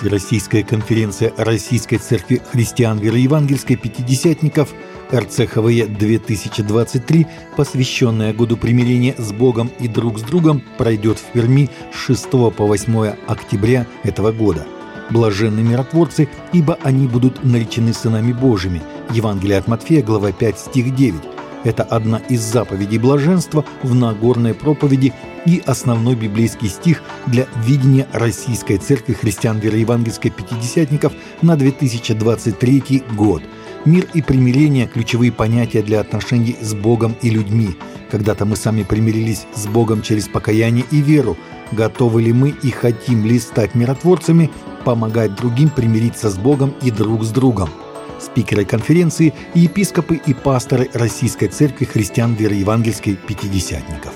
Общероссийская конференция Российской Церкви Христиан Вероевангельской Пятидесятников РЦХВЕ-2023, посвященная Году примирения с Богом и друг с другом, пройдет в Перми с 6 по 8 октября этого года. Блаженны миротворцы, ибо они будут наречены сынами Божьими. Евангелие от Матфея, глава 5, стих 9. Это одна из заповедей блаженства в Нагорной проповеди и основной библейский стих для видения Российской Церкви Христиан Вероевангельской Пятидесятников на 2023 год. Мир и примирение – ключевые понятия для отношений с Богом и людьми. Когда-то мы сами примирились с Богом через покаяние и веру. Готовы ли мы и хотим ли стать миротворцами, помогать другим примириться с Богом и друг с другом? Спикеры конференции – епископы и пасторы Российской Церкви Христиан Вероевангельской Пятидесятников.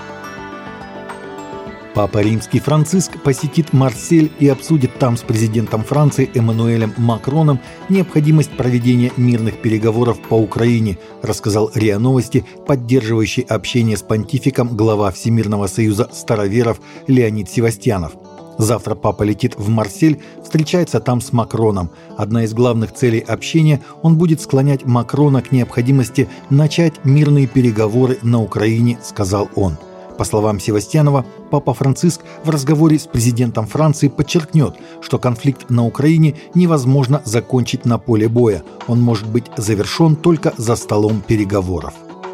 Папа Римский Франциск посетит Марсель и обсудит там с президентом Франции Эммануэлем Макроном необходимость проведения мирных переговоров по Украине, рассказал РИА Новости, поддерживающий общение с понтификом глава Всемирного союза староверов Леонид Севастьянов. Завтра папа летит в Марсель, встречается там с Макроном. Одна из главных целей общения – он будет склонять Макрона к необходимости начать мирные переговоры на Украине, сказал он. По словам Севастьянова, папа Франциск в разговоре с президентом Франции подчеркнет, что конфликт на Украине невозможно закончить на поле боя. Он может быть завершен только за столом переговоров.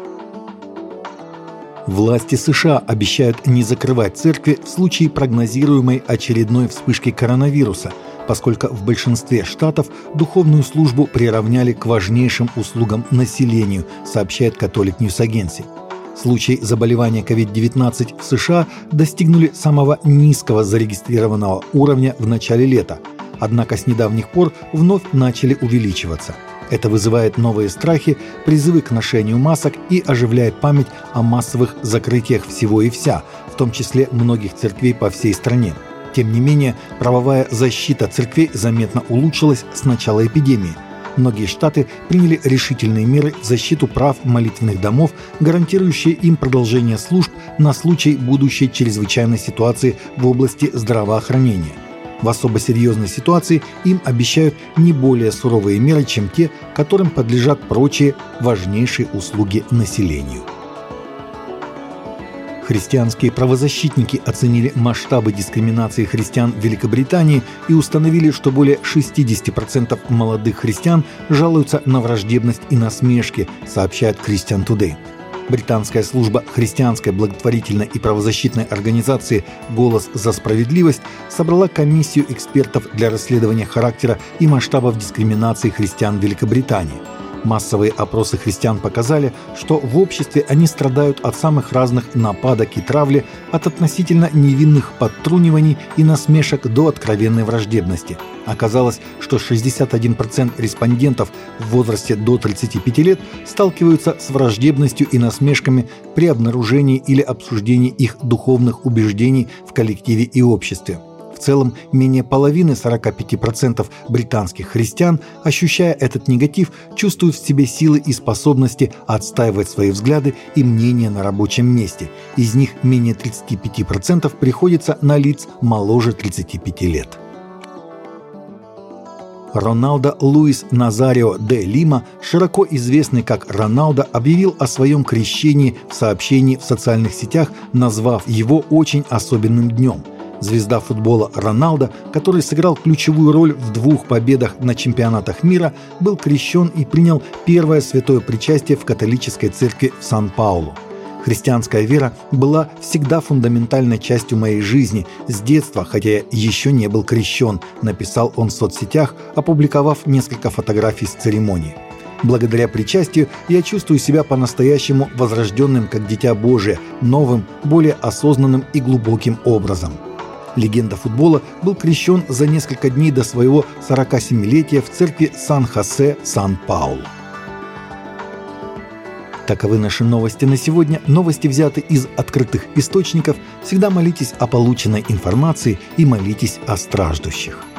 Власти США обещают не закрывать церкви в случае прогнозируемой очередной вспышки коронавируса, поскольку в большинстве штатов духовную службу приравняли к важнейшим услугам населению, сообщает Catholic News Agency. Случаи заболевания COVID-19 в США достигнули самого низкого зарегистрированного уровня в начале лета, однако с недавних пор вновь начали увеличиваться. Это вызывает новые страхи, призывы к ношению масок и оживляет память о массовых закрытиях всего и вся, в том числе многих церквей по всей стране. Тем не менее, правовая защита церквей заметно улучшилась с начала эпидемии. Многие штаты приняли решительные меры в защиту прав молитвенных домов, гарантирующие им продолжение служб на случай будущей чрезвычайной ситуации в области здравоохранения. В особо серьезной ситуации им обещают не более суровые меры, чем те, которым подлежат прочие важнейшие услуги населению. Христианские правозащитники оценили масштабы дискриминации христиан в Великобритании и установили, что более 60% молодых христиан жалуются на враждебность и насмешки, сообщает Christian Today. Британская служба христианской благотворительной и правозащитной организации «Голос за справедливость» собрала комиссию экспертов для расследования характера и масштабов дискриминации христиан в Великобритании. Массовые опросы христиан показали, что в обществе они страдают от самых разных нападок и травли, от относительно невинных подтруниваний и насмешек до откровенной враждебности. Оказалось, что 61% респондентов в возрасте до 35 лет сталкиваются с враждебностью и насмешками при обнаружении или обсуждении их духовных убеждений в коллективе и обществе. В целом, менее половины 45% британских христиан, ощущая этот негатив, чувствуют в себе силы и способности отстаивать свои взгляды и мнения на рабочем месте. Из них менее 35% приходится на лиц моложе 35 лет. Роналдо Луис Назарио де Лима, широко известный как Роналдо, объявил о своем крещении в сообщении в социальных сетях, назвав его очень особенным днем. Звезда футбола Роналдо, который сыграл ключевую роль в 2 победах на чемпионатах мира, был крещен и принял первое святое причастие в католической церкви в Сан-Паулу. Христианская вера была всегда фундаментальной частью моей жизни с детства, хотя я еще не был крещен, написал он в соцсетях, опубликовав несколько фотографий с церемонии. Благодаря причастию я чувствую себя по-настоящему возрожденным как дитя Божие, новым, более осознанным и глубоким образом. Легенда футбола был крещен за несколько дней до своего 47-летия в церкви Сан-Хосе, Сан-Паулу. Таковы наши новости на сегодня. Новости взяты из открытых источников. Всегда молитесь о полученной информации и молитесь о страждущих.